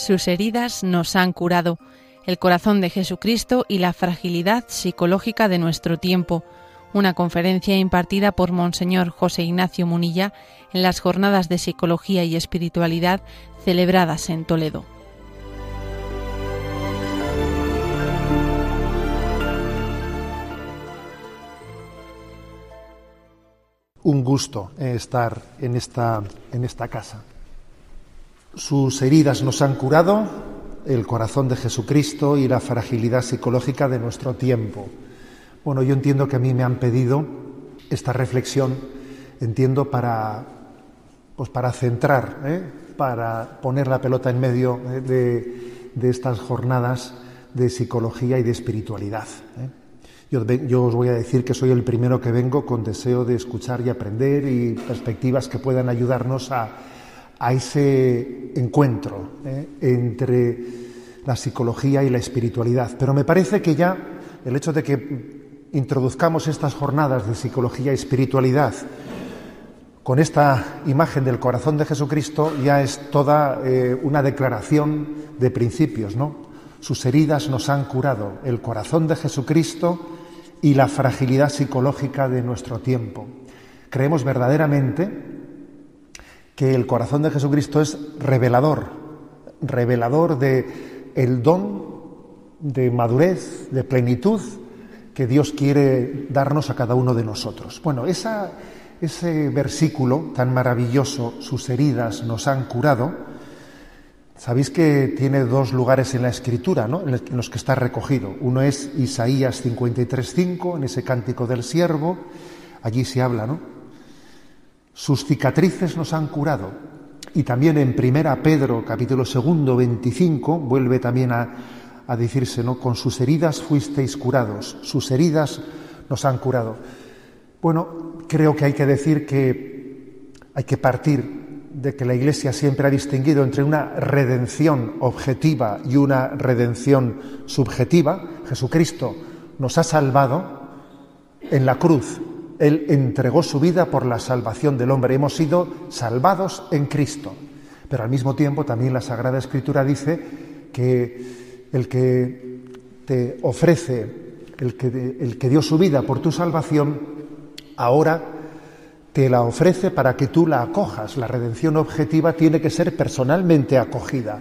Sus heridas nos han curado, el corazón de Jesucristo y la fragilidad psicológica de nuestro tiempo. Una conferencia impartida por Monseñor José Ignacio Munilla en las Jornadas de Psicología y Espiritualidad celebradas en Toledo. Un gusto estar en esta casa. Sus heridas nos han curado, el corazón de Jesucristo y la fragilidad psicológica de nuestro tiempo. Bueno, yo entiendo que a mí me han pedido esta reflexión, entiendo para centrar, para poner la pelota en medio de estas jornadas de psicología y de espiritualidad. Yo os voy a decir que soy el primero que vengo con deseo de escuchar y aprender y perspectivas que puedan ayudarnos a ese encuentro entre la psicología y la espiritualidad. Pero me parece que ya el hecho de que introduzcamos estas jornadas de psicología y espiritualidad con esta imagen del corazón de Jesucristo ya es toda una declaración de principios, ¿no? Sus heridas nos han curado, el corazón de Jesucristo y la fragilidad psicológica de nuestro tiempo. Creemos verdaderamente que el corazón de Jesucristo es revelador de el don de madurez, de plenitud que Dios quiere darnos a cada uno de nosotros. Bueno, ese versículo tan maravilloso, sus heridas nos han curado, sabéis que tiene dos lugares en la Escritura, ¿no?, en los que está recogido. Uno es Isaías 53:5, en ese cántico del siervo, allí se habla, ¿no? Sus cicatrices nos han curado. Y también en 1 Pedro, capítulo 2, 25, vuelve también a decirse, ¿no?, con sus heridas fuisteis curados, sus heridas nos han curado. Bueno, creo que hay que decir que hay que partir de que la Iglesia siempre ha distinguido entre una redención objetiva y una redención subjetiva. Jesucristo nos ha salvado en la cruz. Él entregó su vida por la salvación del hombre. Hemos sido salvados en Cristo. Pero al mismo tiempo también la Sagrada Escritura dice que el que te ofrece, el que dio su vida por tu salvación, ahora te la ofrece para que tú la acojas. La redención objetiva tiene que ser personalmente acogida.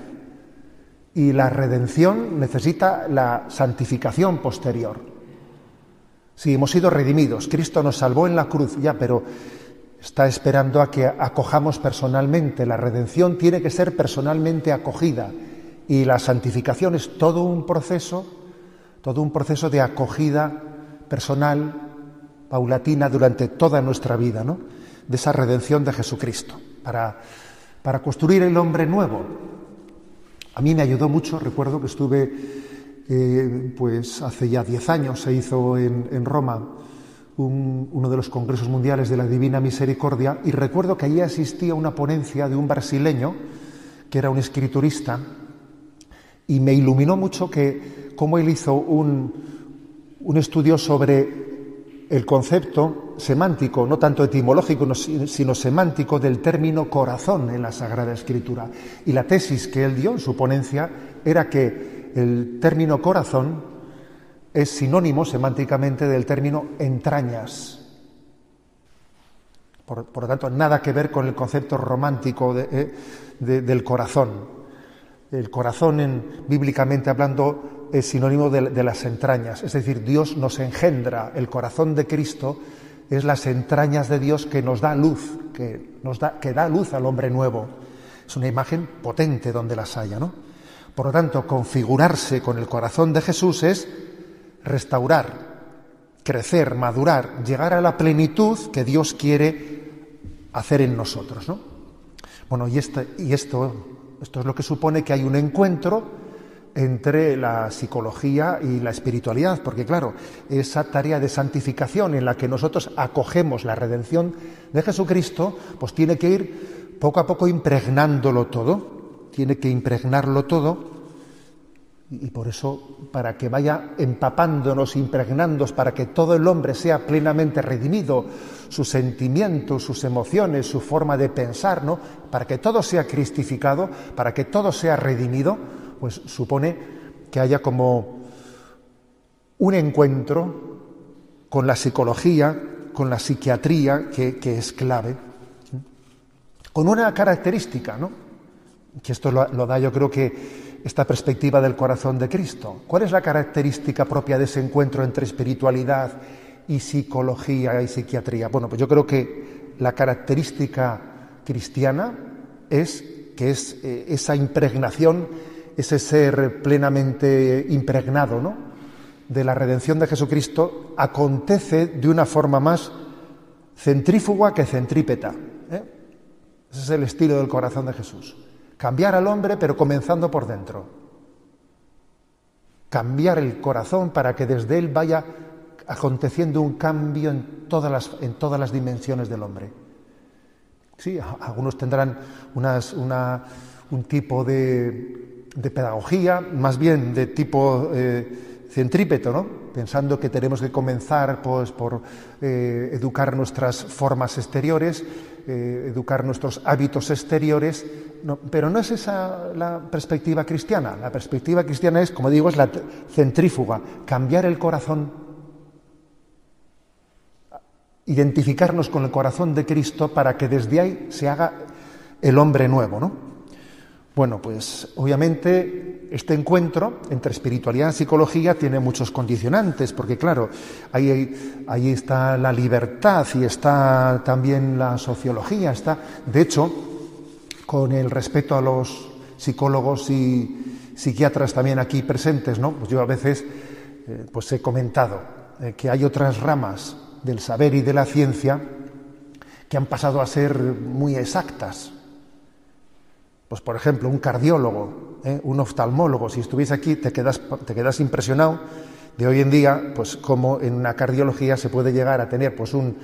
Y la redención necesita la santificación posterior. Sí, hemos sido redimidos, Cristo nos salvó en la cruz, ya, pero está esperando a que acojamos personalmente. La redención tiene que ser personalmente acogida y la santificación es todo un proceso de acogida personal, paulatina, durante toda nuestra vida, ¿no?, de esa redención de Jesucristo, para construir el hombre nuevo. A mí me ayudó mucho, recuerdo que estuve pues hace ya 10 años se hizo en Roma uno de los congresos mundiales de la Divina Misericordia, y recuerdo que allí asistía a una ponencia de un brasileño que era un escriturista, y me iluminó mucho cómo él hizo un estudio sobre el concepto semántico, no tanto etimológico, sino semántico del término corazón en la Sagrada Escritura. Y la tesis que él dio en su ponencia era que el término corazón es sinónimo semánticamente del término entrañas. Por lo tanto, nada que ver con el concepto romántico del corazón. El corazón, bíblicamente hablando, es sinónimo de las entrañas. Es decir, Dios nos engendra. El corazón de Cristo es las entrañas de Dios que nos da luz, que da luz al hombre nuevo. Es una imagen potente donde las haya, ¿no? Por lo tanto, configurarse con el corazón de Jesús es restaurar, crecer, madurar, llegar a la plenitud que Dios quiere hacer en nosotros, ¿no? Bueno, y esto es lo que supone que hay un encuentro entre la psicología y la espiritualidad, porque claro, esa tarea de santificación en la que nosotros acogemos la redención de Jesucristo, pues tiene que ir poco a poco impregnándolo todo. Tiene que impregnarlo todo Y por eso, para que vaya empapándonos, impregnándonos, para que todo el hombre sea plenamente redimido, sus sentimientos, sus emociones, su forma de pensar, ¿no? Para que todo sea cristificado, para que todo sea redimido, pues supone que haya como un encuentro con la psicología, con la psiquiatría, que es clave, con una característica, ¿no? Que esto lo da, yo creo que esta perspectiva del corazón de Cristo. ¿Cuál es la característica propia de ese encuentro entre espiritualidad y psicología y psiquiatría? Bueno, pues yo creo que la característica cristiana es que es esa impregnación, ese ser plenamente impregnado, ¿no?, de la redención de Jesucristo, acontece de una forma más centrífuga que centrípeta, ¿eh? Ese es el estilo del corazón de Jesús. Cambiar al hombre, pero comenzando por dentro. Cambiar el corazón para que desde él vaya aconteciendo un cambio en todas las dimensiones del hombre. Sí, algunos tendrán un tipo de pedagogía, más bien de tipo centrípeto, ¿no? Pensando que tenemos que comenzar pues, por educar nuestras formas exteriores, educar nuestros hábitos exteriores, no, pero no es esa la perspectiva cristiana. La perspectiva cristiana es, como digo, es la centrífuga, cambiar el corazón, identificarnos con el corazón de Cristo para que desde ahí se haga el hombre nuevo, ¿no? Bueno, pues obviamente este encuentro entre espiritualidad y psicología tiene muchos condicionantes, porque claro, ahí está la libertad y está también la sociología, de hecho, con el respeto a los psicólogos y psiquiatras también aquí presentes, ¿no? Pues yo a veces pues he comentado que hay otras ramas del saber y de la ciencia que han pasado a ser muy exactas. Pues, por ejemplo, un cardiólogo, un oftalmólogo, si estuviese aquí te quedas impresionado de hoy en día, pues cómo en una cardiología se puede llegar a tener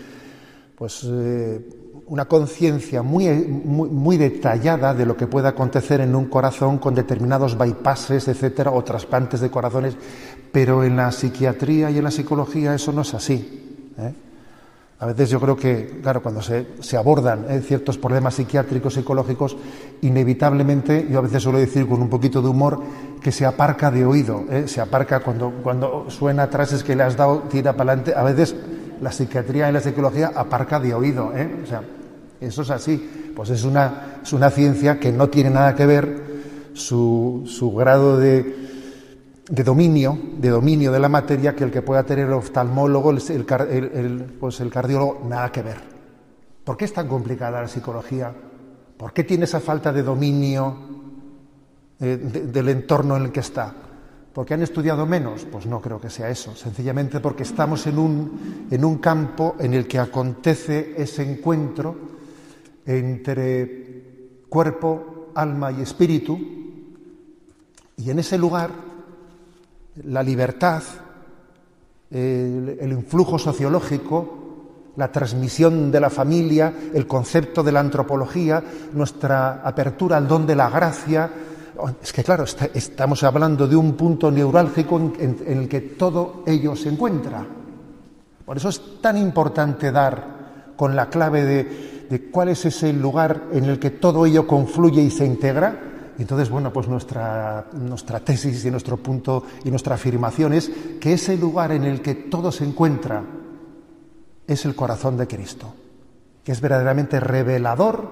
una conciencia muy detallada de lo que puede acontecer en un corazón con determinados bypasses, etcétera, o trasplantes de corazones, pero en la psiquiatría y en la psicología eso no es así, ¿eh? A veces yo creo que, claro, cuando se abordan ciertos problemas psiquiátricos, psicológicos, inevitablemente, yo a veces suelo decir con un poquito de humor, que se aparca de oído, se aparca cuando suena atrás es que le has dado, tira para adelante. A veces la psiquiatría y la psicología aparca de oído, o sea, eso es así. Pues es una ciencia que no tiene nada que ver su grado de dominio de la materia que el que pueda tener el oftalmólogo, el cardiólogo, nada que ver. ¿Por qué es tan complicada la psicología? ¿Por qué tiene esa falta de dominio del entorno en el que está? ¿Porque han estudiado menos? Pues no creo que sea eso. Sencillamente porque estamos en un campo en el que acontece ese encuentro entre cuerpo, alma y espíritu, y en ese lugar la libertad, el influjo sociológico, la transmisión de la familia, el concepto de la antropología, nuestra apertura al don de la gracia. Es que claro, estamos hablando de un punto neurálgico en el que todo ello se encuentra. Por eso es tan importante dar con la clave de cuál es ese lugar en el que todo ello confluye y se integra. Y entonces, bueno, pues nuestra tesis y nuestro punto y nuestra afirmación es que ese lugar en el que todo se encuentra es el corazón de Cristo, que es verdaderamente revelador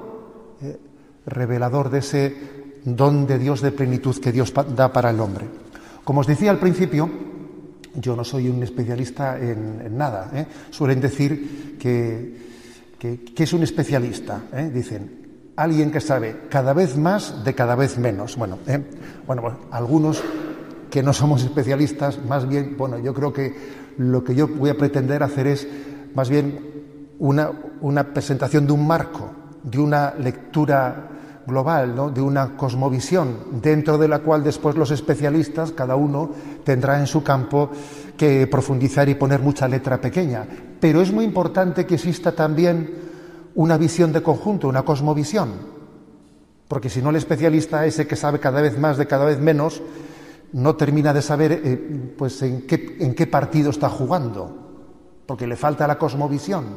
de ese don de Dios de plenitud que Dios da para el hombre. Como os decía al principio, yo no soy un especialista en nada. Suelen decir que es un especialista. Dicen, alguien que sabe cada vez más de cada vez menos. Bueno, pues algunos que no somos especialistas, más bien, yo creo que lo que yo voy a pretender hacer es más bien una presentación de un marco, de una lectura global, ¿no?, de una cosmovisión, dentro de la cual después los especialistas, cada uno tendrá en su campo que profundizar y poner mucha letra pequeña. Pero es muy importante que exista también una visión de conjunto, una cosmovisión, porque si no el especialista ese que sabe cada vez más de cada vez menos, no termina de saber pues en qué partido está jugando, porque le falta la cosmovisión.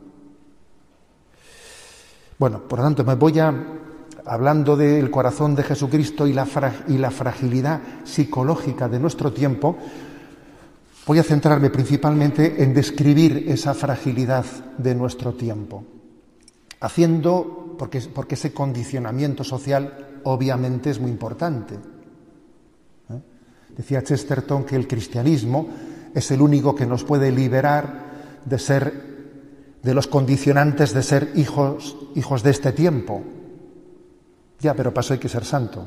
Bueno, por lo tanto, hablando del corazón de Jesucristo y la fragilidad psicológica de nuestro tiempo, voy a centrarme principalmente en describir esa fragilidad de nuestro tiempo, porque ese condicionamiento social obviamente es muy importante. Decía Chesterton que el cristianismo es el único que nos puede liberar de los condicionantes de ser hijos de este tiempo. Ya, pero para eso hay que ser santo.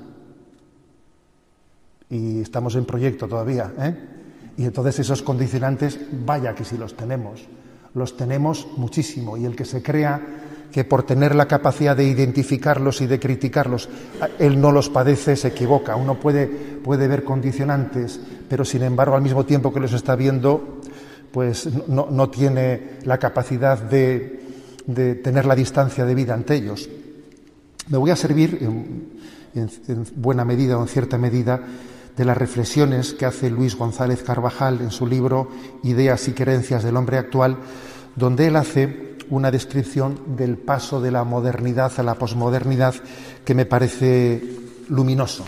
Y estamos en proyecto todavía, Y entonces esos condicionantes, vaya que sí los tenemos muchísimo. Y el que se crea que por tener la capacidad de identificarlos y de criticarlos, él no los padece, se equivoca. Uno puede ver condicionantes, pero sin embargo al mismo tiempo que los está viendo, pues no tiene la capacidad de tener la distancia debida ante ellos. Me voy a servir en buena medida o en cierta medida de las reflexiones que hace Luis González Carvajal en su libro Ideas y creencias del hombre actual, donde él hace una descripción del paso de la modernidad a la posmodernidad que me parece luminoso.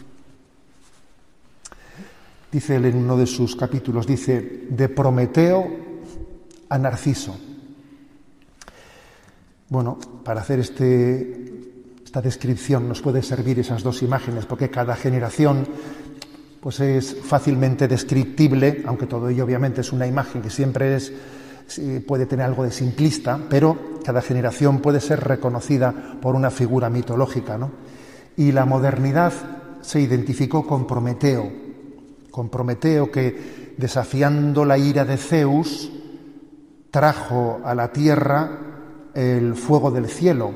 Dice él en uno de sus capítulos, de Prometeo a Narciso. Bueno, para hacer esta descripción nos puede servir esas dos imágenes, porque cada generación pues es fácilmente descriptible, aunque todo ello obviamente es una imagen que siempre puede tener algo de simplista, pero cada generación puede ser reconocida por una figura mitológica, ¿no? Y la modernidad se identificó con Prometeo que, desafiando la ira de Zeus, trajo a la tierra el fuego del cielo,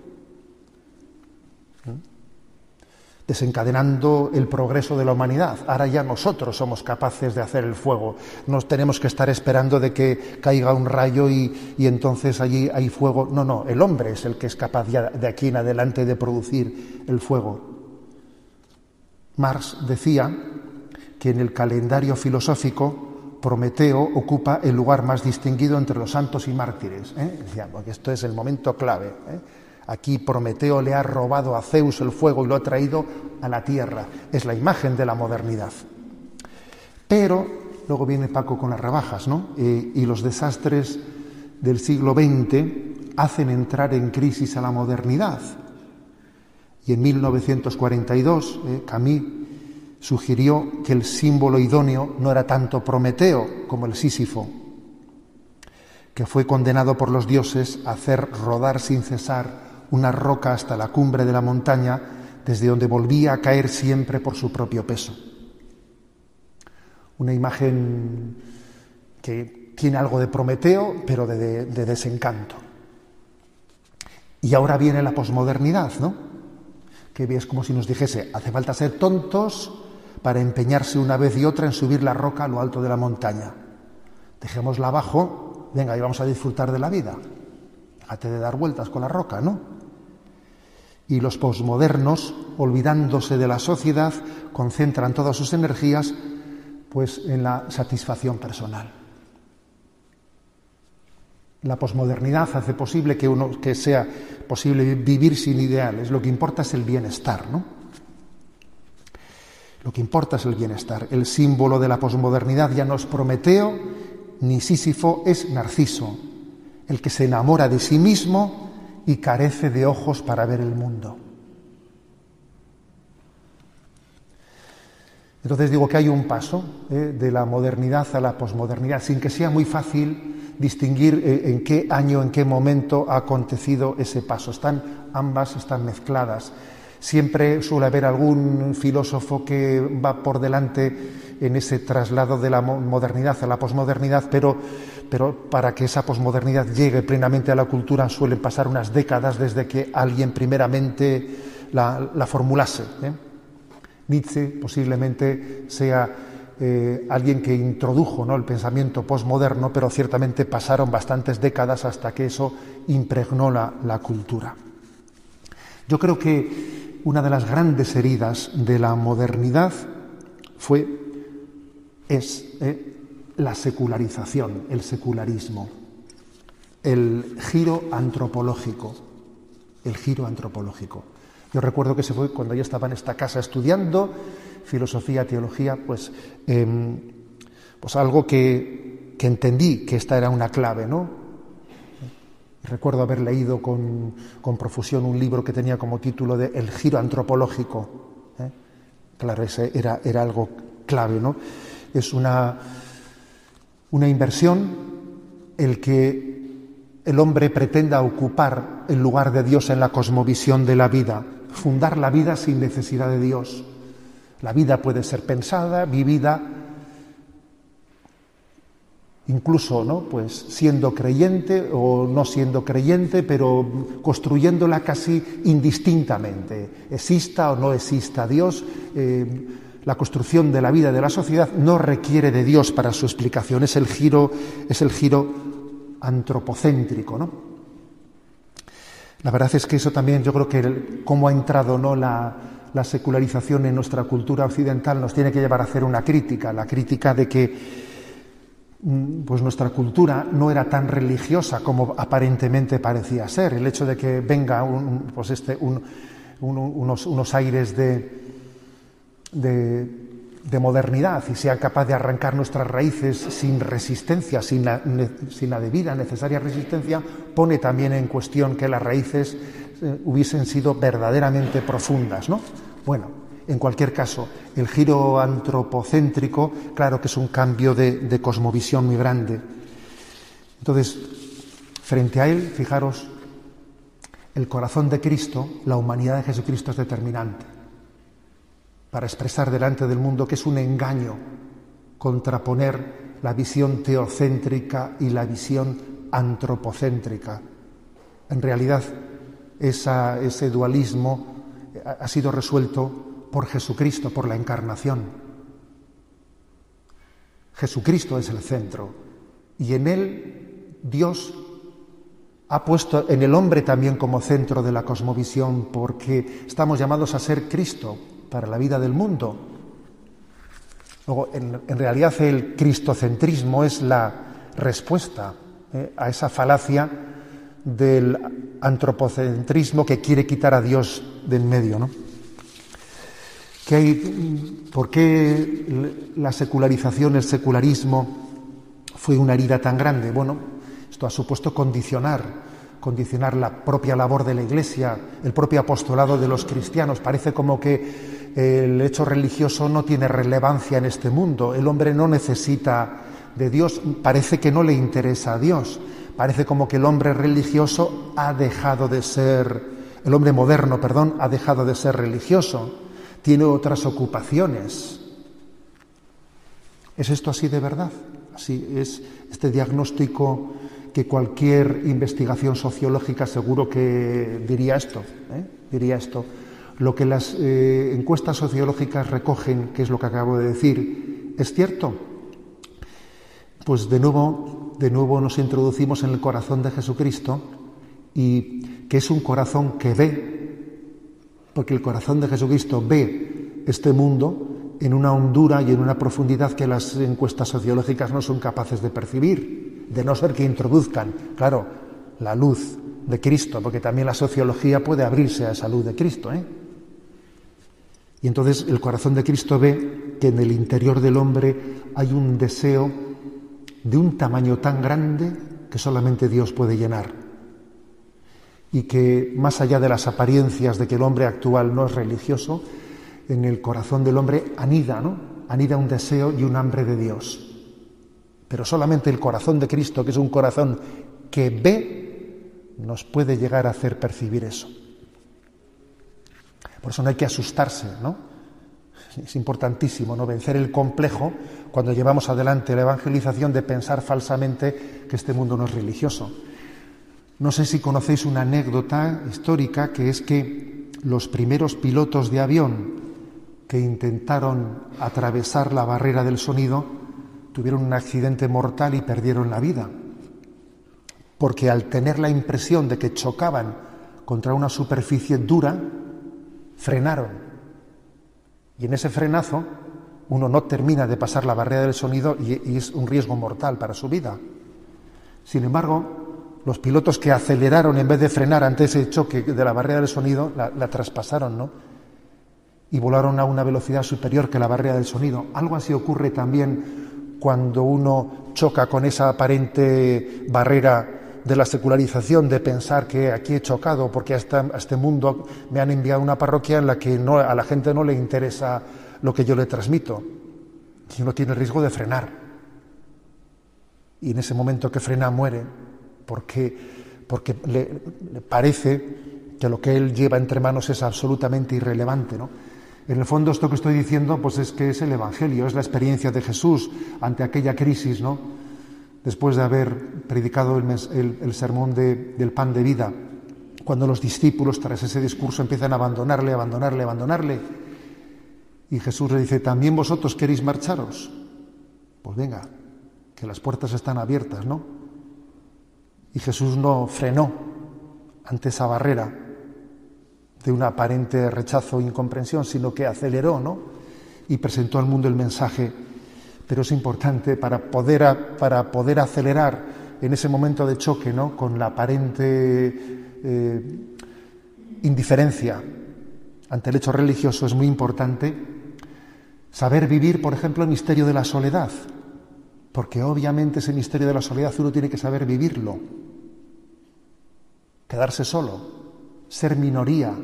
desencadenando el progreso de la humanidad. Ahora ya nosotros somos capaces de hacer el fuego. No tenemos que estar esperando de que caiga un rayo y entonces allí hay fuego. No, el hombre es el que es capaz ya de aquí en adelante de producir el fuego. Marx decía que en el calendario filosófico Prometeo ocupa el lugar más distinguido entre los santos y mártires. Decía, porque esto es el momento clave. Aquí Prometeo le ha robado a Zeus el fuego y lo ha traído a la tierra. Es la imagen de la modernidad. Pero luego viene Paco con las rebajas, ¿no? Y los desastres del siglo XX hacen entrar en crisis a la modernidad. Y en 1942 Camus sugirió que el símbolo idóneo no era tanto Prometeo como el Sísifo, que fue condenado por los dioses a hacer rodar sin cesar una roca hasta la cumbre de la montaña, desde donde volvía a caer siempre por su propio peso. Una imagen que tiene algo de Prometeo, pero de desencanto. Y ahora viene la posmodernidad, ¿no? Que es como si nos dijese, hace falta ser tontos para empeñarse una vez y otra en subir la roca a lo alto de la montaña. Dejémosla abajo, venga, y vamos a disfrutar de la vida. Déjate de dar vueltas con la roca, ¿no? Y los posmodernos, olvidándose de la sociedad, concentran todas sus energías pues en la satisfacción personal. La posmodernidad hace posible que sea posible vivir sin ideales. Lo que importa es el bienestar, ¿no? Lo que importa es el bienestar. El símbolo de la posmodernidad ya no es Prometeo ni Sísifo, es Narciso, el que se enamora de sí mismo y carece de ojos para ver el mundo. Entonces digo que hay un paso de la modernidad a la posmodernidad, sin que sea muy fácil distinguir en qué año, en qué momento ha acontecido ese paso. Ambas están mezcladas. Siempre suele haber algún filósofo que va por delante en ese traslado de la modernidad a la posmodernidad, pero para que esa posmodernidad llegue plenamente a la cultura suelen pasar unas décadas desde que alguien primeramente la formulase. Nietzsche posiblemente sea alguien que introdujo, ¿no?, el pensamiento posmoderno, pero ciertamente pasaron bastantes décadas hasta que eso impregnó la cultura. Yo creo que una de las grandes heridas de la modernidad es la secularización, el secularismo, el giro antropológico. Yo recuerdo que se fue cuando yo estaba en esta casa estudiando filosofía, teología, pues algo que entendí que esta era una clave, ¿no? Recuerdo haber leído con profusión un libro que tenía como título de El giro antropológico. Claro, ese era algo clave, ¿no? Es una inversión el que el hombre pretenda ocupar el lugar de Dios en la cosmovisión de la vida, fundar la vida sin necesidad de Dios. La vida puede ser pensada, vivida, incluso, ¿no?, pues siendo creyente o no siendo creyente, pero construyéndola casi indistintamente, exista o no exista Dios. La construcción de la vida de la sociedad no requiere de Dios para su explicación, es el giro antropocéntrico, ¿no? La verdad es que eso también, yo creo que cómo ha entrado, ¿no?, la secularización en nuestra cultura occidental nos tiene que llevar a hacer una crítica, la crítica de que pues nuestra cultura no era tan religiosa como aparentemente parecía ser. El hecho de que venga unos aires de modernidad y sea capaz de arrancar nuestras raíces sin resistencia, sin la debida necesaria resistencia, pone también en cuestión que las raíces hubiesen sido verdaderamente profundas, ¿no? Bueno, en cualquier caso, el giro antropocéntrico, claro que es un cambio de cosmovisión muy grande. Entonces, frente a él, fijaros, el corazón de Cristo, la humanidad de Jesucristo es determinante para expresar delante del mundo que es un engaño contraponer la visión teocéntrica y la visión antropocéntrica. En realidad, ese dualismo ha sido resuelto por Jesucristo, por la encarnación. Jesucristo es el centro y en él Dios ha puesto en el hombre también como centro de la cosmovisión, porque estamos llamados a ser Cristo para la vida del mundo. Luego, en realidad el cristocentrismo es la respuesta a esa falacia del antropocentrismo que quiere quitar a Dios de en medio, ¿no? ¿Por qué la secularización, el secularismo fue una herida tan grande? Bueno, esto ha supuesto condicionar la propia labor de la Iglesia, el propio apostolado de los cristianos. Parece como que el hecho religioso no tiene relevancia en este mundo. El hombre no necesita de Dios, parece que no le interesa a Dios. Parece como que el hombre religioso el hombre moderno, ha dejado de ser religioso. Tiene otras ocupaciones. ¿Es esto así de verdad? Así es este diagnóstico que cualquier investigación sociológica seguro que diría esto. Lo que las encuestas sociológicas recogen, que es lo que acabo de decir, ¿es cierto? Pues de nuevo nos introducimos en el corazón de Jesucristo, y que es un corazón que ve, porque el corazón de Jesucristo ve este mundo en una hondura y en una profundidad que las encuestas sociológicas no son capaces de percibir, de no ser que introduzcan, claro, la luz de Cristo, porque también la sociología puede abrirse a esa luz de Cristo, Y entonces el corazón de Cristo ve que en el interior del hombre hay un deseo de un tamaño tan grande que solamente Dios puede llenar. Y que más allá de las apariencias de que el hombre actual no es religioso, en el corazón del hombre anida un deseo y un hambre de Dios. Pero solamente el corazón de Cristo, que es un corazón que ve, nos puede llegar a hacer percibir eso. Por eso no hay que asustarse, ¿no? Es importantísimo, ¿no?, vencer el complejo cuando llevamos adelante la evangelización de pensar falsamente que este mundo no es religioso. No sé si conocéis una anécdota histórica, que es que los primeros pilotos de avión que intentaron atravesar la barrera del sonido tuvieron un accidente mortal y perdieron la vida, porque al tener la impresión de que chocaban contra una superficie dura, frenaron. Y en ese frenazo uno no termina de pasar la barrera del sonido y es un riesgo mortal para su vida. Sin embargo, los pilotos que aceleraron en vez de frenar ante ese choque de la barrera del sonido, la traspasaron, ¿no? Y volaron a una velocidad superior que la barrera del sonido. Algo así ocurre también cuando uno choca con esa aparente barrera de la secularización, de pensar que aquí he chocado porque a este mundo me han enviado una parroquia en la que a la gente no le interesa lo que yo le transmito. Y uno tiene el riesgo de frenar. Y en ese momento que frena muere, porque le parece que lo que él lleva entre manos es absolutamente irrelevante, ¿no? En el fondo, esto que estoy diciendo, pues es que es el Evangelio, es la experiencia de Jesús ante aquella crisis, ¿no? Después de haber predicado el sermón del pan de vida, cuando los discípulos, tras ese discurso, empiezan a abandonarle, y Jesús le dice: ¿también vosotros queréis marcharos? Pues venga, que las puertas están abiertas, ¿no? Y Jesús no frenó ante esa barrera de un aparente rechazo e incomprensión, sino que aceleró, ¿no? Y presentó al mundo el mensaje. Pero es importante para poder acelerar en ese momento de choque, ¿no?, con la aparente indiferencia ante el hecho religioso, es muy importante saber vivir, por ejemplo, el misterio de la soledad, porque obviamente ese misterio de la soledad uno tiene que saber vivirlo, quedarse solo, ser minoría,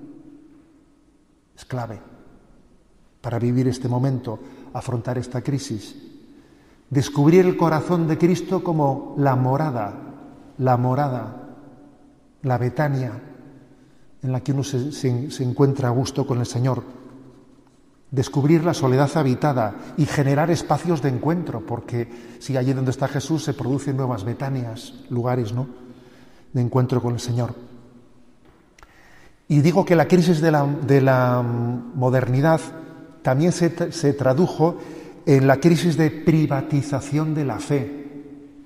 es clave para vivir este momento, afrontar esta crisis. Descubrir el corazón de Cristo como la morada, la Betania, en la que uno se encuentra a gusto con el Señor. Descubrir la soledad habitada y generar espacios de encuentro, porque si allí donde está Jesús se producen nuevas Betanias, lugares, ¿no?, de encuentro con el Señor. Y digo que la crisis de la modernidad también se tradujo en la crisis de privatización de la fe,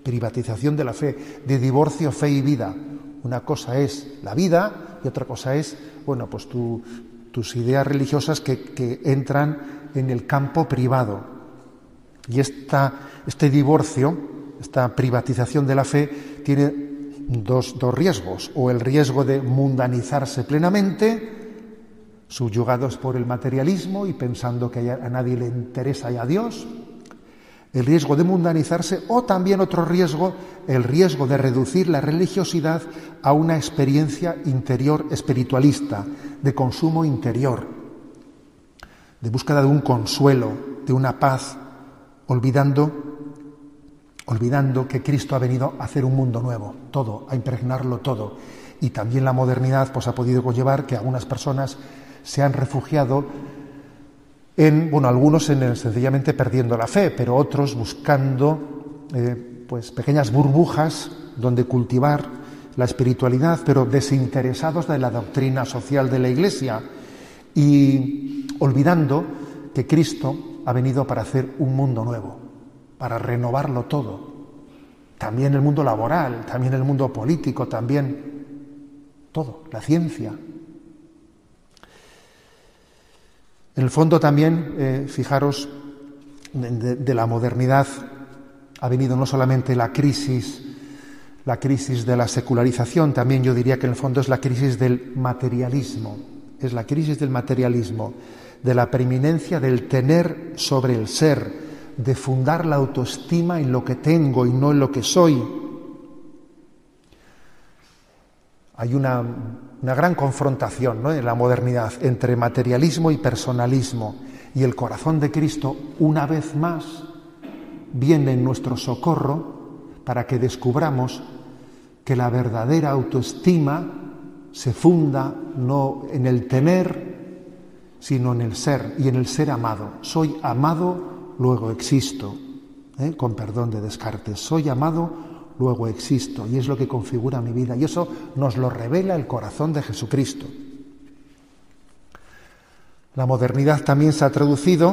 de divorcio, fe y vida. Una cosa es la vida y otra cosa es, bueno, pues tus ideas religiosas que entran en el campo privado. Y este divorcio, esta privatización de la fe, tiene dos riesgos: o el riesgo de mundanizarse plenamente, subyugados por el materialismo y pensando que a nadie le interesa y a Dios, el riesgo de mundanizarse, o también otro riesgo, el riesgo de reducir la religiosidad a una experiencia interior espiritualista, de consumo interior, de búsqueda de un consuelo, de una paz, olvidando que Cristo ha venido a hacer un mundo nuevo, todo, a impregnarlo todo. Y también la modernidad pues ha podido conllevar que algunas personas se han refugiado algunos sencillamente perdiendo la fe, pero otros buscando pues pequeñas burbujas donde cultivar la espiritualidad, pero desinteresados de la doctrina social de la Iglesia y olvidando que Cristo ha venido para hacer un mundo nuevo, para renovarlo todo. También el mundo laboral, también el mundo político, también todo, la ciencia. En el fondo también, fijaros, de la modernidad ha venido no solamente la crisis de la secularización, también yo diría que en el fondo es la crisis del materialismo, de la preeminencia del tener sobre el ser, de fundar la autoestima en lo que tengo y no en lo que soy. Hay una gran confrontación, ¿no?, en la modernidad entre materialismo y personalismo, y el corazón de Cristo, una vez más, viene en nuestro socorro para que descubramos que la verdadera autoestima se funda no en el tener, sino en el ser, y en el ser amado. Soy amado, luego existo, con perdón de Descartes. Soy amado, luego existo, y es lo que configura mi vida, y eso nos lo revela el corazón de Jesucristo. La modernidad también se ha traducido,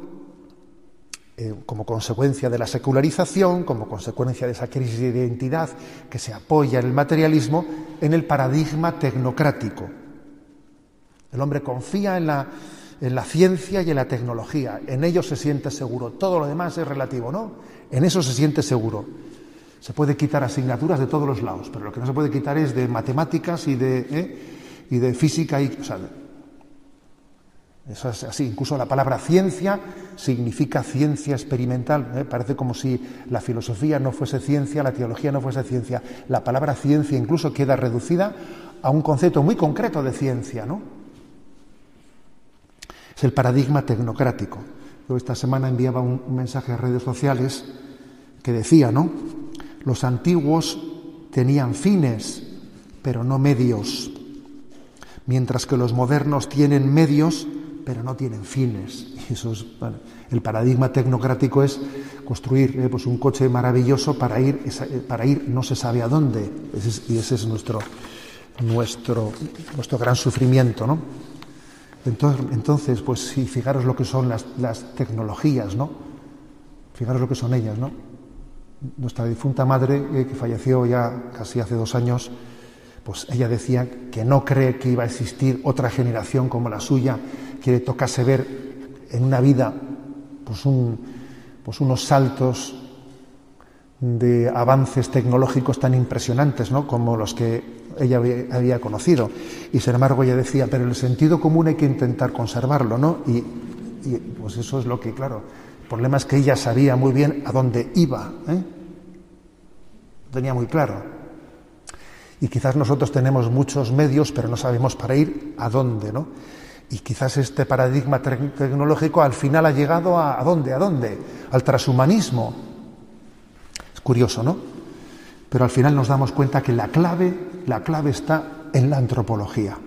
como consecuencia de la secularización, como consecuencia de esa crisis de identidad que se apoya en el materialismo, en el paradigma tecnocrático. El hombre confía en En la ciencia y en la tecnología. En ello se siente seguro. Todo lo demás es relativo, ¿no? En eso se siente seguro. Se puede quitar asignaturas de todos los lados, pero lo que no se puede quitar es de matemáticas y de física. O sea, eso es así. Incluso la palabra ciencia significa ciencia experimental. Parece como si la filosofía no fuese ciencia, la teología no fuese ciencia. La palabra ciencia incluso queda reducida a un concepto muy concreto de ciencia, ¿no? Es el paradigma tecnocrático. Yo esta semana enviaba un mensaje a redes sociales que decía, ¿no? Los antiguos tenían fines, pero no medios, mientras que los modernos tienen medios, pero no tienen fines. Y eso es, bueno, el paradigma tecnocrático es construir pues un coche maravilloso para ir no se sabe a dónde. Y ese es nuestro gran sufrimiento, ¿no? Entonces, pues sí, fijaros lo que son las tecnologías, ¿no? Fijaros lo que son ellas, ¿no? Nuestra difunta madre, que falleció ya casi hace 2 años, pues ella decía que no cree que iba a existir otra generación como la suya, que le tocase ver en una vida pues unos saltos de avances tecnológicos tan impresionantes, ¿no? Como los que ella había conocido. Y sin embargo ella decía, pero el sentido común hay que intentar conservarlo, ¿no? Y pues eso es lo que, claro, el problema es que ella sabía muy bien a dónde iba, ¿eh? Lo tenía muy claro. Y quizás nosotros tenemos muchos medios, pero no sabemos para ir a dónde, ¿no? Y quizás este paradigma tecnológico al final ha llegado ¿a dónde? ¿A dónde? Al transhumanismo. Es curioso, ¿no? Pero al final nos damos cuenta que la clave está en la antropología.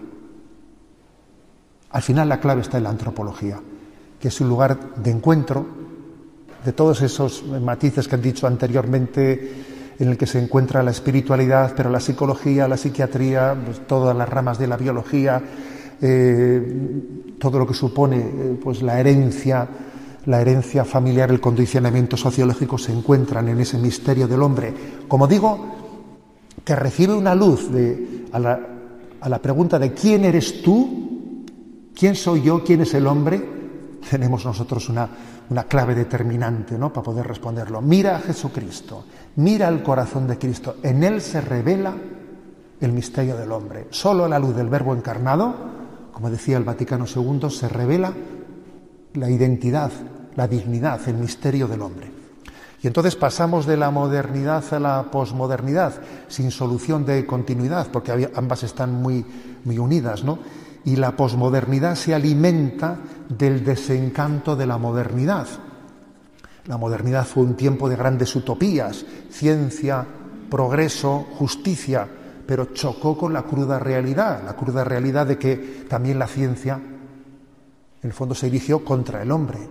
Al final la clave está en la antropología, que es un lugar de encuentro de todos esos matices que han dicho anteriormente, en el que se encuentra la espiritualidad, pero la psicología, la psiquiatría, pues todas las ramas de la biología, todo lo que supone pues la herencia familiar, el condicionamiento sociológico, se encuentran en ese misterio del hombre. Como digo, que recibe una luz a la pregunta de ¿quién eres tú? ¿Quién soy yo? ¿Quién es el hombre? Tenemos nosotros una clave determinante, ¿no?, para poder responderlo. Mira a Jesucristo, mira el corazón de Cristo. En él se revela el misterio del hombre. Solo a la luz del Verbo encarnado, como decía el Vaticano II, se revela la identidad, la dignidad, el misterio del hombre. Y entonces pasamos de la modernidad a la posmodernidad, sin solución de continuidad, porque ambas están muy, muy unidas, ¿no? Y la posmodernidad se alimenta del desencanto de la modernidad. La modernidad fue un tiempo de grandes utopías, ciencia, progreso, justicia, pero chocó con la cruda realidad de que también la ciencia, en el fondo, se erigió contra el hombre.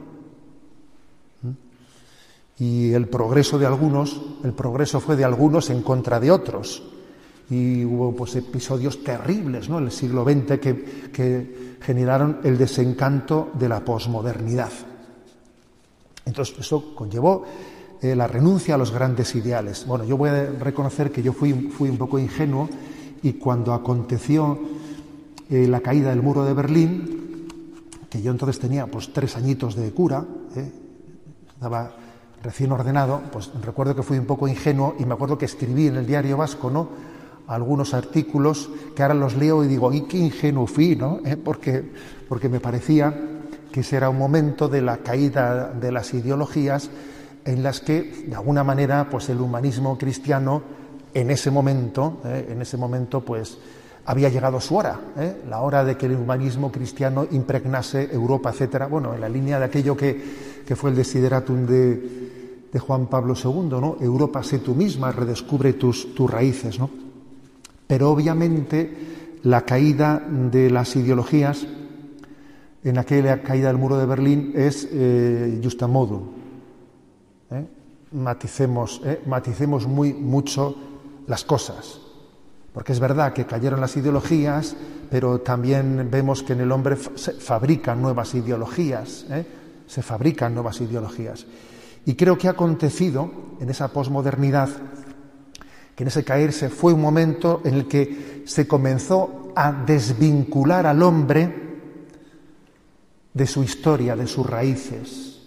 Y el progreso fue de algunos en contra de otros. Y hubo pues episodios terribles, ¿no?, en el siglo XX que generaron el desencanto de la posmodernidad. Entonces eso conllevó la renuncia a los grandes ideales. Bueno, yo voy a reconocer que yo fui un poco ingenuo, y cuando aconteció la caída del muro de Berlín, que yo entonces tenía pues 3 añitos de cura, estaba recién ordenado, pues recuerdo que fui un poco ingenuo y me acuerdo que escribí en el Diario Vasco, ¿no?, algunos artículos que ahora los leo y digo, ¡ay, qué ingenuo fui!, ¿no? Porque me parecía que ese era un momento de la caída de las ideologías en las que, de alguna manera, pues el humanismo cristiano en ese momento, pues había llegado su hora, la hora de que el humanismo cristiano impregnase Europa, etcétera. Bueno, en la línea de aquello que fue el desideratum de Juan Pablo II, ¿no? Europa, sé tú misma, redescubre tus raíces, ¿no? Pero obviamente la caída de las ideologías, en aquella caída del muro de Berlín, es justa modo. Maticemos mucho las cosas, porque es verdad que cayeron las ideologías, pero también vemos que en el hombre se fabrican nuevas ideologías, y creo que ha acontecido en esa posmodernidad, que en ese caerse fue un momento en el que se comenzó a desvincular al hombre de su historia, de sus raíces,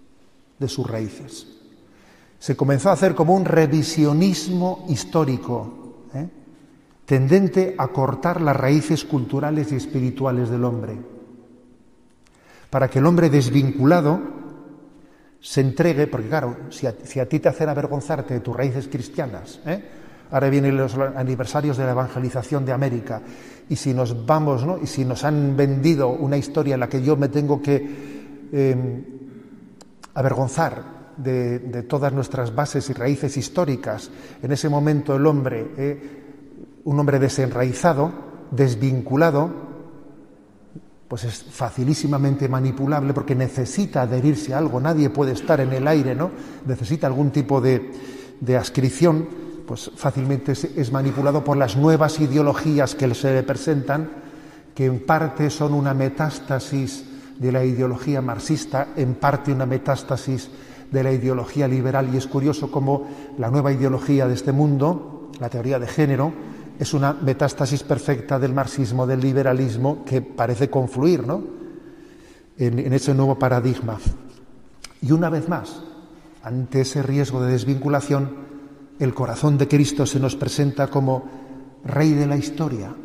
Se comenzó a hacer como un revisionismo histórico, tendente a cortar las raíces culturales y espirituales del hombre, para que el hombre desvinculado se entregue, porque claro, si a ti te hacen avergonzarte de tus raíces cristianas, ahora vienen los aniversarios de la evangelización de América, y si nos vamos, ¿no?, y si nos han vendido una historia en la que yo me tengo que avergonzar de todas nuestras bases y raíces históricas, en ese momento el hombre, un hombre desenraizado, desvinculado, pues es facilísimamente manipulable porque necesita adherirse a algo, nadie puede estar en el aire, ¿no? Necesita algún tipo de adscripción, pues fácilmente es manipulado por las nuevas ideologías que se le presentan, que en parte son una metástasis de la ideología marxista, en parte una metástasis de la ideología liberal, y es curioso cómo la nueva ideología de este mundo, la teoría de género, es una metástasis perfecta del marxismo, del liberalismo, que parece confluir, ¿no?, en ese nuevo paradigma. Y una vez más, ante ese riesgo de desvinculación, el corazón de Cristo se nos presenta como Rey de la historia.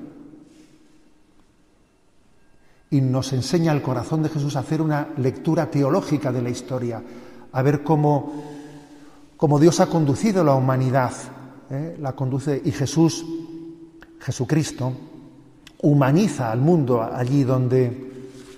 Y nos enseña el corazón de Jesús a hacer una lectura teológica de la historia, a ver cómo Dios ha conducido la humanidad, la conduce, y Jesucristo humaniza al mundo allí donde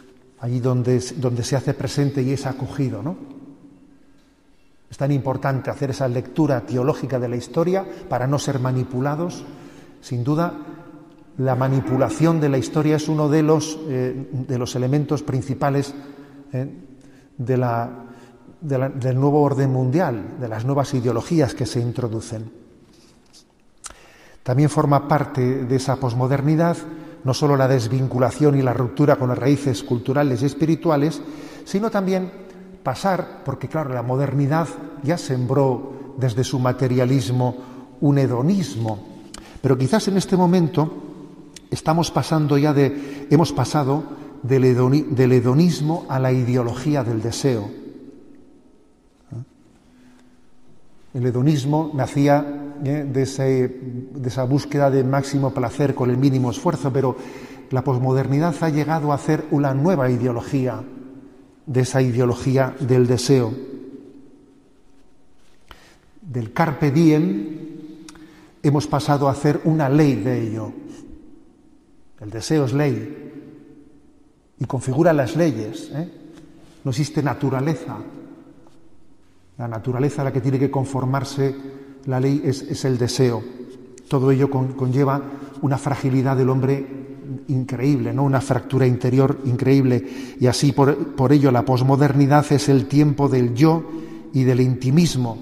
se hace presente y es acogido, ¿no? Es tan importante hacer esa lectura teológica de la historia para no ser manipulados. Sin duda, la manipulación de la historia es uno de los elementos principales del nuevo orden mundial, de las nuevas ideologías que se introducen. También forma parte de esa posmodernidad no solo la desvinculación y la ruptura con las raíces culturales y espirituales, sino también pasar, porque claro, la modernidad ya sembró desde su materialismo un hedonismo, pero quizás en este momento hemos pasado del hedonismo a la ideología del deseo. El hedonismo nacía de esa búsqueda de máximo placer con el mínimo esfuerzo, pero la posmodernidad ha llegado a hacer una nueva ideología, de esa ideología del deseo. Del carpe diem hemos pasado a hacer una ley de ello. El deseo es ley y configura las leyes, No existe naturaleza. La naturaleza a la que tiene que conformarse la ley es el deseo. Todo ello conlleva una fragilidad del hombre increíble, ¿no?, una fractura interior increíble, y así por ello la posmodernidad es el tiempo del yo y del intimismo.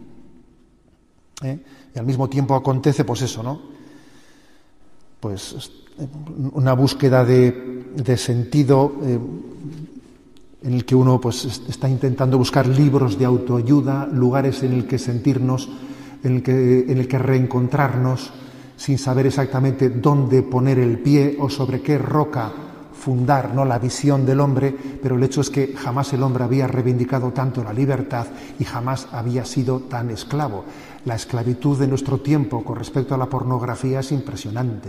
Y al mismo tiempo acontece, pues eso, ¿no?, pues una búsqueda de sentido en el que uno pues está intentando buscar libros de autoayuda, lugares en el que sentirnos, en el que reencontrarnos, sin saber exactamente dónde poner el pie o sobre qué roca fundar, ¿no?, la visión del hombre, pero el hecho es que jamás el hombre había reivindicado tanto la libertad y jamás había sido tan esclavo. La esclavitud de nuestro tiempo con respecto a la pornografía es impresionante,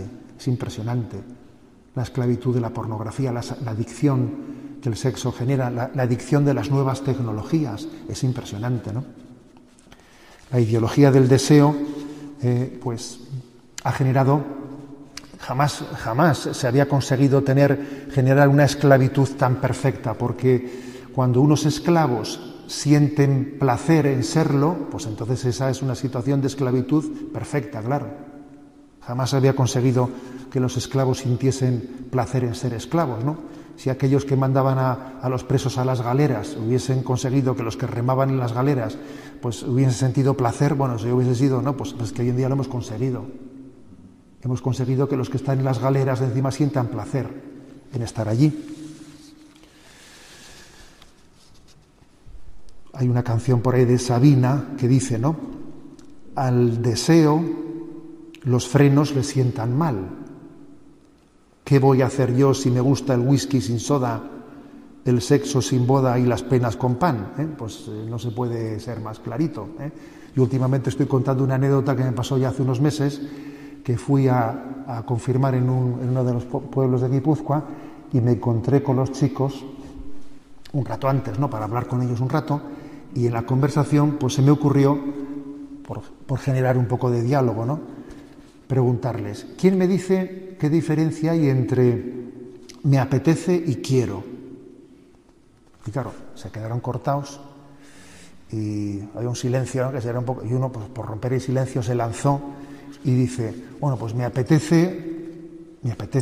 La esclavitud de la pornografía, la adicción que el sexo genera, la adicción de las nuevas tecnologías, es impresionante, ¿no? La ideología del deseo, pues ha generado, jamás se había conseguido generar una esclavitud tan perfecta, porque cuando unos esclavos sienten placer en serlo, pues entonces esa es una situación de esclavitud perfecta, claro. Jamás se había conseguido que los esclavos sintiesen placer en ser esclavos, ¿no? Si aquellos que mandaban a los presos a las galeras hubiesen conseguido que los que remaban en las galeras pues hubiesen sentido placer, bueno, si hubiese sido, no, pues que hoy en día lo hemos conseguido. Hemos conseguido que los que están en las galeras de encima sientan placer en estar allí. Hay una canción por ahí de Sabina que dice, ¿no?, al deseo los frenos le sientan mal. ¿Qué voy a hacer yo si me gusta el whisky sin soda el sexo sin boda y las penas con pan, pues no se puede ser más clarito. Yo últimamente estoy contando una anécdota que me pasó ya hace unos meses, que fui a confirmar en uno de los pueblos de Guipúzcoa y me encontré con los chicos un rato antes, ¿no?, para hablar con ellos un rato, y en la conversación pues se me ocurrió, por generar un poco de diálogo, ¿no?, preguntarles: ¿quién me dice qué diferencia hay entre me apetece y quiero? Y claro, se quedaron cortados y había un silencio, ¿no?, que se era un poco, y uno, pues, por romper el silencio, se lanzó y dice: bueno, pues me apetece,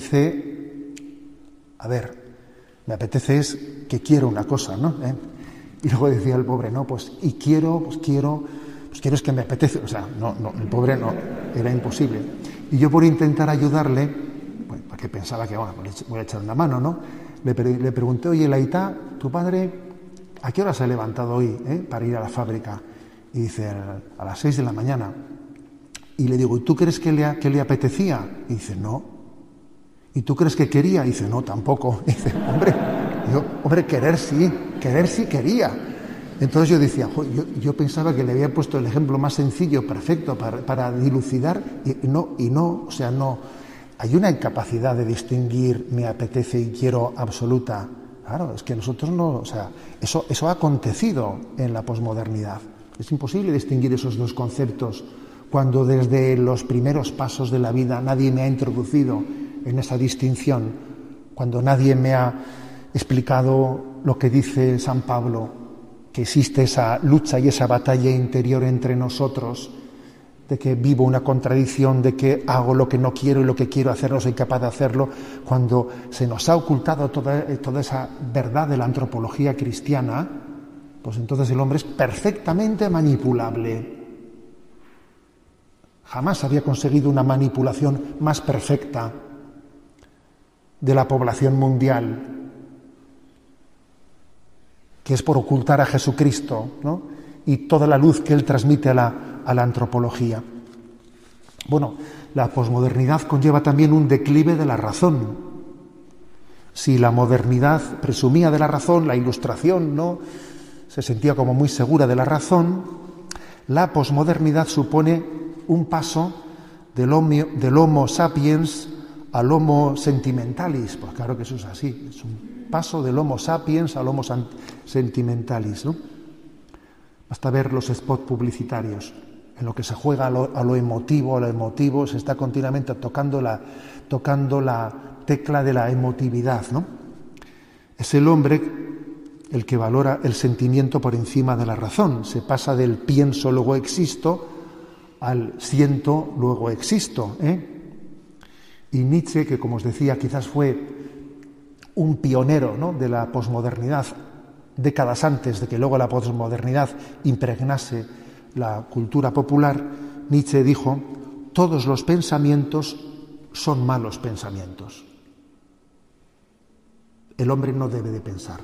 a ver, me apetece es que quiero una cosa, ¿no? Y luego decía el pobre: no, pues quiero es que me apetece. O sea, no, el pobre no, era imposible. Y yo, por intentar ayudarle, bueno, porque pensaba que, bueno, pues voy a echar una mano, ¿no?, le pregunté: oye, Laitá, ¿tu padre a qué hora se ha levantado hoy para ir a la fábrica? Y dice: a las 6 de la mañana. Y le digo: ¿y tú crees que le apetecía? Y dice: no. ¿Y tú crees que quería? Y dice: no, tampoco. Y dice: hombre, querer sí quería. Entonces yo decía: yo pensaba que le había puesto el ejemplo más sencillo, perfecto, para dilucidar, y no, o sea, no. Hay una incapacidad de distinguir me apetece y quiero absoluta. Claro, es que nosotros no, o sea, eso ha acontecido en la posmodernidad. Es imposible distinguir esos dos conceptos cuando desde los primeros pasos de la vida nadie me ha introducido en esa distinción, cuando nadie me ha explicado lo que dice San Pablo, que existe esa lucha y esa batalla interior entre nosotros, de que vivo una contradicción, de que hago lo que no quiero y lo que quiero hacer no soy capaz de hacerlo. Cuando se nos ha ocultado toda esa verdad de la antropología cristiana, pues entonces el hombre es perfectamente manipulable. Jamás había conseguido una manipulación más perfecta de la población mundial, que es por ocultar a Jesucristo, ¿no?, y toda la luz que él transmite a la antropología. Bueno, la posmodernidad conlleva también un declive de la razón. Si la modernidad presumía de la razón, la Ilustración, ¿no?, se sentía como muy segura de la razón, la posmodernidad supone un paso del Homo sapiens al Homo sentimentalis. Pues claro que eso es así, es un paso del Homo sapiens al Homo sentimentalis, ¿no? Basta ver los spots publicitarios, en lo que se juega a lo emotivo, se está continuamente tocando la tecla de la emotividad, ¿no? Es el hombre el que valora el sentimiento por encima de la razón. Se pasa del pienso, luego existo, al siento, luego existo, Y Nietzsche, que como os decía, quizás fue un pionero, ¿no?, de la posmodernidad, décadas antes de que luego la posmodernidad impregnase la cultura popular, Nietzsche dijo: todos los pensamientos son malos pensamientos. El hombre no debe de pensar.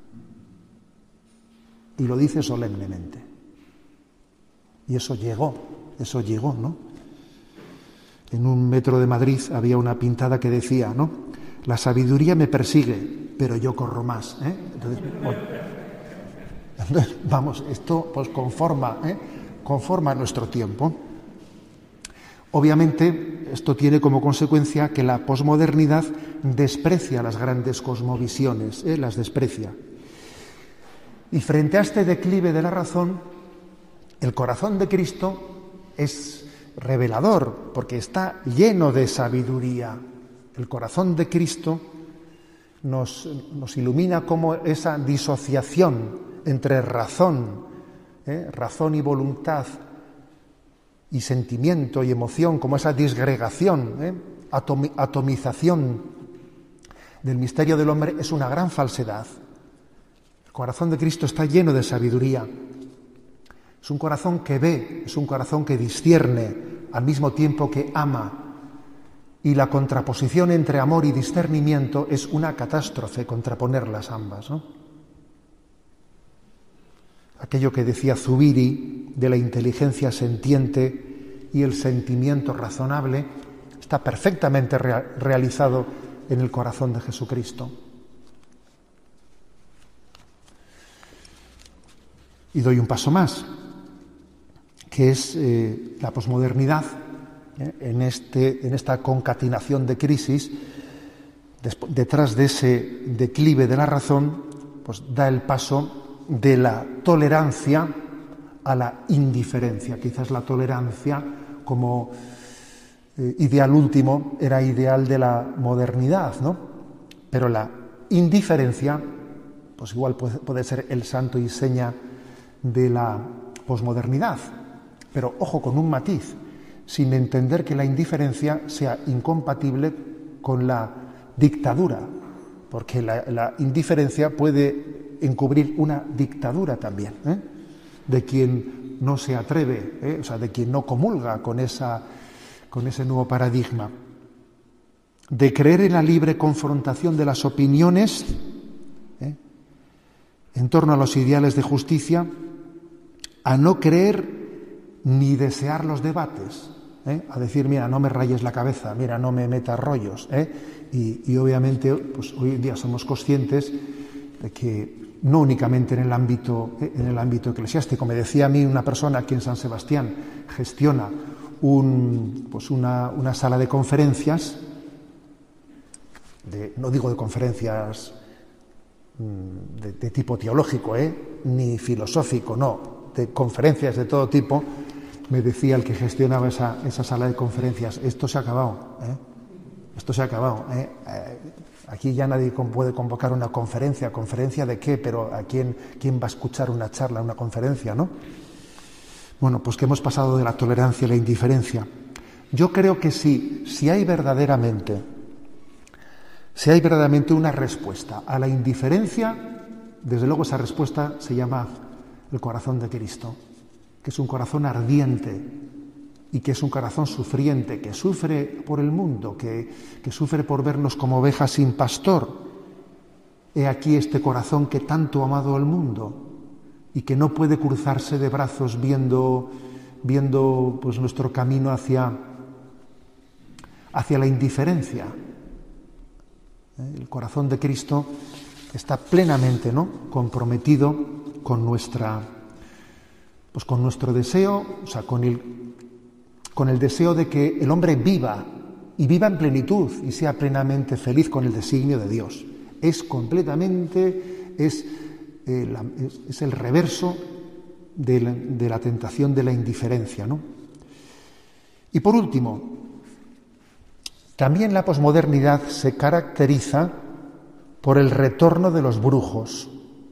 Y lo dice solemnemente. Y eso llegó, ¿no? En un metro de Madrid había una pintada que decía, ¿no?: la sabiduría me persigue, pero yo corro más. Entonces, vamos, esto pues conforma nuestro tiempo. Obviamente, esto tiene como consecuencia que la posmodernidad desprecia las grandes cosmovisiones, las desprecia. Y frente a este declive de la razón, el corazón de Cristo es revelador, porque está lleno de sabiduría. El corazón de Cristo nos ilumina como esa disociación entre razón y voluntad, y sentimiento y emoción, como esa disgregación, atomización del misterio del hombre, es una gran falsedad. El corazón de Cristo está lleno de sabiduría. Es un corazón que ve, es un corazón que discierne al mismo tiempo que ama. Y la contraposición entre amor y discernimiento es una catástrofe, contraponerlas ambas, ¿no? Aquello que decía Zubiri de la inteligencia sentiente y el sentimiento razonable está perfectamente realizado en el corazón de Jesucristo. Y doy un paso más, que es la posmodernidad, en esta concatenación de crisis, detrás de ese declive de la razón, pues da el paso de la tolerancia a la indiferencia. Quizás la tolerancia como ideal último era ideal de la modernidad, ¿no? Pero la indiferencia, pues igual puede ser el santo y seña de la posmodernidad. Pero ojo, con un matiz, sin entender que la indiferencia sea incompatible con la dictadura, porque la indiferencia puede encubrir una dictadura también, de quien no se atreve, o sea, de quien no comulga con ese nuevo paradigma. De creer en la libre confrontación de las opiniones en torno a los ideales de justicia, a no creer ni desear los debates, a decir, mira, no me rayes la cabeza, mira, no me metas rollos, y obviamente pues hoy en día somos conscientes de que no únicamente en el ámbito eclesiástico. Me decía a mí una persona aquí en San Sebastián, gestiona una sala de conferencias, no digo de conferencias de tipo teológico, ni filosófico, no, de conferencias de todo tipo. Me decía el que gestionaba esa sala de conferencias, esto se ha acabado, esto se ha acabado. Aquí ya nadie puede convocar una conferencia. ¿Conferencia de qué? Pero ¿a quién va a escuchar una charla, una conferencia, no? Bueno, pues que hemos pasado de la tolerancia a la indiferencia. Yo creo que sí, si hay verdaderamente una respuesta a la indiferencia, desde luego esa respuesta se llama el corazón de Cristo, que es un corazón ardiente y que es un corazón sufriente, que sufre por el mundo, que sufre por vernos como ovejas sin pastor. He aquí este corazón que tanto ha amado al mundo y que no puede cruzarse de brazos viendo pues nuestro camino hacia la indiferencia. El corazón de Cristo está plenamente, ¿no?, comprometido con nuestro deseo, o sea, con el deseo de que el hombre viva en plenitud y sea plenamente feliz con el designio de Dios. Es el reverso de la tentación de la indiferencia, ¿no? Y por último, también la posmodernidad se caracteriza por el retorno de los brujos,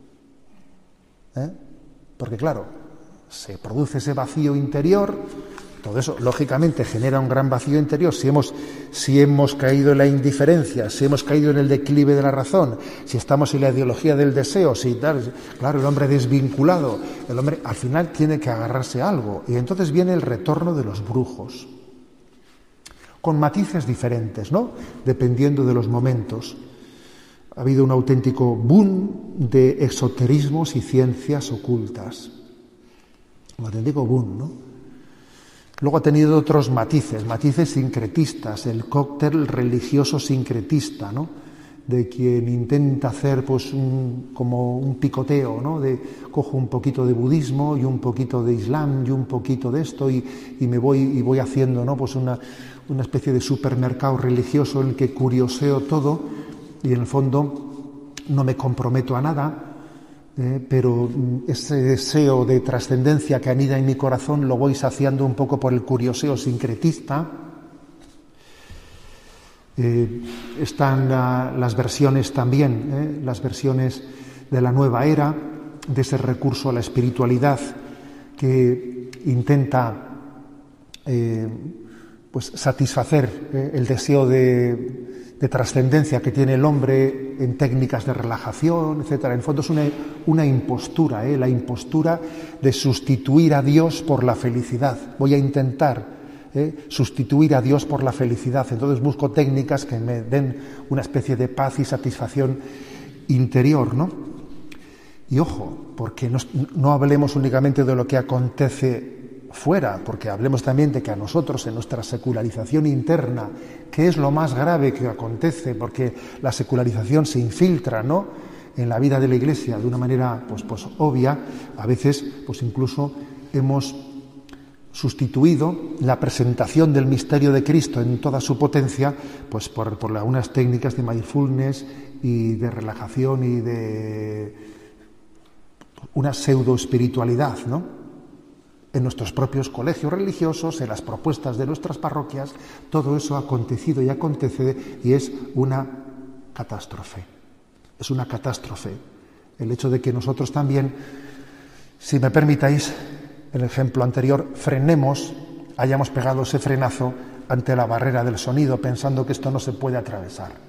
porque claro, se produce ese vacío interior. Todo eso, lógicamente, genera un gran vacío interior. Si hemos caído en la indiferencia, si hemos caído en el declive de la razón, si estamos en la ideología del deseo, claro, el hombre desvinculado, el hombre al final tiene que agarrarse a algo. Y entonces viene el retorno de los brujos, con matices diferentes, ¿no?, dependiendo de los momentos. Ha habido un auténtico boom de esoterismos y ciencias ocultas. Un auténtico boom, ¿no? Luego ha tenido otros matices sincretistas, el cóctel religioso sincretista, ¿no?, de quien intenta hacer pues como un picoteo, ¿no?, cojo un poquito de budismo y un poquito de islam y un poquito de esto y voy haciendo, ¿no?, pues una especie de supermercado religioso en el que curioseo todo y en el fondo no me comprometo a nada. Pero ese deseo de trascendencia que anida en mi corazón lo voy saciando un poco por el curioseo sincretista. Están las versiones también, las versiones de la nueva era, de ese recurso a la espiritualidad que intenta pues satisfacer el deseo de trascendencia que tiene el hombre en técnicas de relajación, etcétera. En el fondo es una impostura, la impostura de sustituir a Dios por la felicidad. Voy a intentar sustituir a Dios por la felicidad. Entonces busco técnicas que me den una especie de paz y satisfacción interior, ¿no? Y ojo, porque no hablemos únicamente de lo que acontece fuera, porque hablemos también de que a nosotros, en nuestra secularización interna, que es lo más grave que acontece, porque la secularización se infiltra, ¿no?, en la vida de la Iglesia de una manera pues obvia, a veces pues incluso hemos sustituido la presentación del misterio de Cristo en toda su potencia pues por algunas técnicas de mindfulness y de relajación y de una pseudo espiritualidad, ¿no? En nuestros propios colegios religiosos, en las propuestas de nuestras parroquias, todo eso ha acontecido y acontece y es una catástrofe. Es una catástrofe. El hecho de que nosotros también, si me permitáis, el ejemplo anterior, frenemos, hayamos pegado ese frenazo ante la barrera del sonido, pensando que esto no se puede atravesar.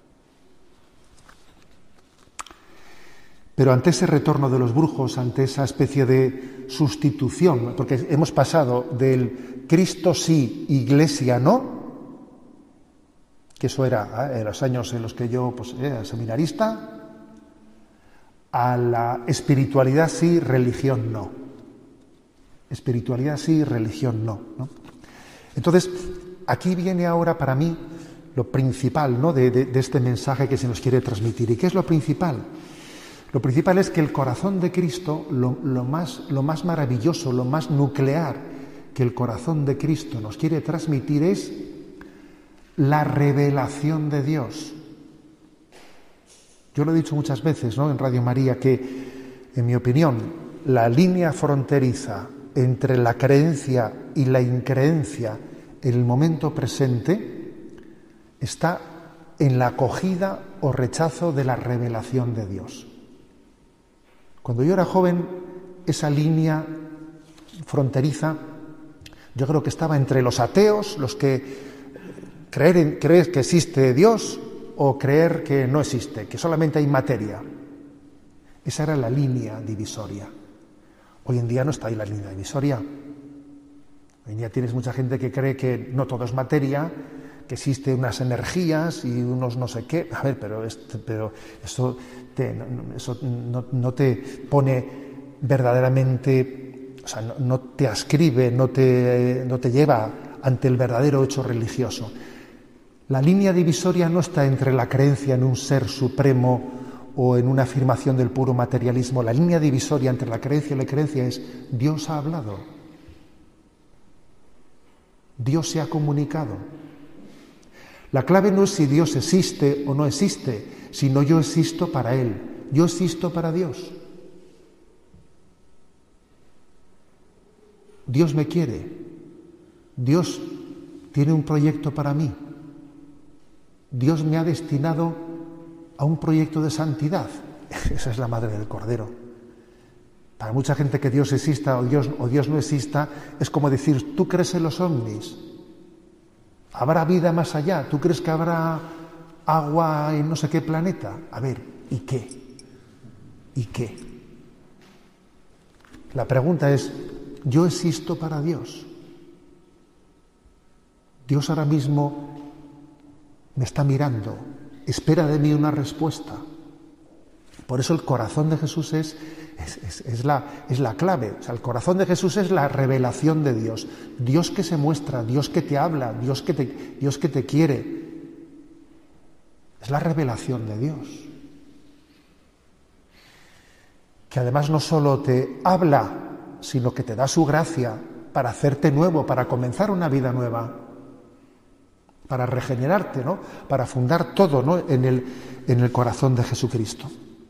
Pero ante ese retorno de los brujos, ante esa especie de sustitución, porque hemos pasado del Cristo sí, Iglesia no, que eso era en los años en los que yo era seminarista, a la espiritualidad sí, religión no. Espiritualidad sí, religión no, ¿no? Entonces, aquí viene ahora para mí lo principal, ¿no?, de este mensaje que se nos quiere transmitir. ¿Y qué es lo principal? Lo principal es que el corazón de Cristo, lo más maravilloso, lo más nuclear que el corazón de Cristo nos quiere transmitir es la revelación de Dios. Yo lo he dicho muchas veces, ¿no?, en Radio María, que, en mi opinión, la línea fronteriza entre la creencia y la increencia en el momento presente está en la acogida o rechazo de la revelación de Dios. Cuando yo era joven, esa línea fronteriza, yo creo que estaba entre los ateos, los que creer que existe Dios, o creer que no existe, que solamente hay materia. Esa era la línea divisoria. Hoy en día no está ahí la línea divisoria. Hoy en día tienes mucha gente que cree que no todo es materia, que existen unas energías y unos no sé qué. A ver, pero eso no te pone verdaderamente, o sea, no te ascribe, no te lleva ante el verdadero hecho religioso. La línea divisoria no está entre la creencia en un ser supremo o en una afirmación del puro materialismo. La línea divisoria entre la creencia y la creencia es: Dios ha hablado, Dios se ha comunicado. La clave no es si Dios existe o no existe, sino yo existo para Él, yo existo para Dios. Dios me quiere, Dios tiene un proyecto para mí, Dios me ha destinado a un proyecto de santidad. Esa es la madre del Cordero. Para mucha gente, que Dios exista o Dios no exista es como decir: ¿tú crees en los ovnis? ¿Habrá vida más allá? ¿Tú crees que habrá agua en no sé qué planeta? A ver, ¿y qué? ¿Y qué? La pregunta es: ¿yo existo para Dios? Dios ahora mismo me está mirando, espera de mí una respuesta. Por eso el corazón de Jesús es la clave. O sea, el corazón de Jesús es la revelación de Dios. Dios que se muestra, Dios que te habla, Dios que te quiere. Es la revelación de Dios. Que además no solo te habla, sino que te da su gracia para hacerte nuevo, para comenzar una vida nueva, para regenerarte, ¿no?, para fundar todo, ¿no?, en el corazón de Jesucristo.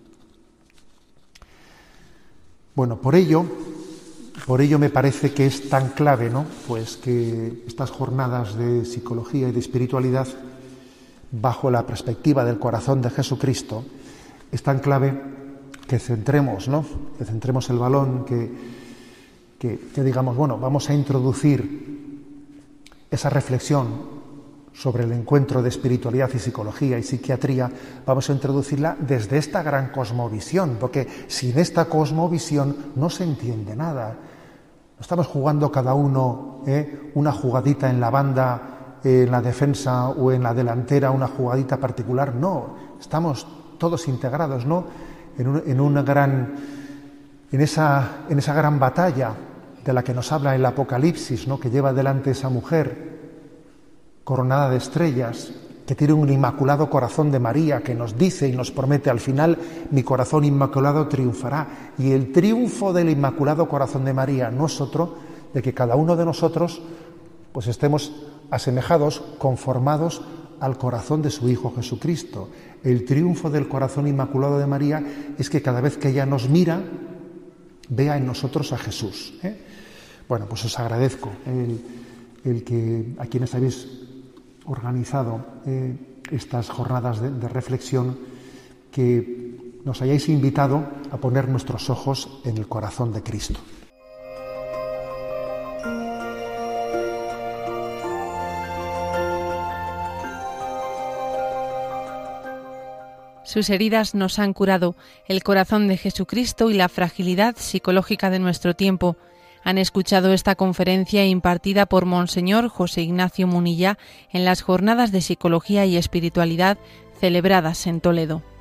Bueno, por ello me parece que es tan clave, ¿no?, pues que estas jornadas de psicología y de espiritualidad, bajo la perspectiva del corazón de Jesucristo, es tan clave que centremos, ¿no?, que centremos el balón, que digamos, bueno, vamos a introducir esa reflexión sobre el encuentro de espiritualidad y psicología y psiquiatría, vamos a introducirla desde esta gran cosmovisión, porque sin esta cosmovisión no se entiende nada. No estamos jugando cada uno una jugadita en la banda, en la defensa o en la delantera, una jugadita particular. No, estamos todos integrados, ¿no?, en esa gran batalla de la que nos habla el Apocalipsis, ¿no?, que lleva adelante esa mujer coronada de estrellas, que tiene un inmaculado corazón de María, que nos dice y nos promete al final: mi corazón inmaculado triunfará. Y el triunfo del inmaculado corazón de María no es otro de que cada uno de nosotros pues estemos asemejados, conformados al corazón de su Hijo Jesucristo. El triunfo del corazón inmaculado de María es que cada vez que ella nos mira, vea en nosotros a Jesús. Bueno, pues os agradezco el que a quienes habéis organizado estas jornadas de reflexión, que nos hayáis invitado a poner nuestros ojos en el corazón de Cristo. Sus heridas nos han curado, el corazón de Jesucristo y la fragilidad psicológica de nuestro tiempo. Han escuchado esta conferencia impartida por Monseñor José Ignacio Munilla en las Jornadas de Psicología y Espiritualidad celebradas en Toledo.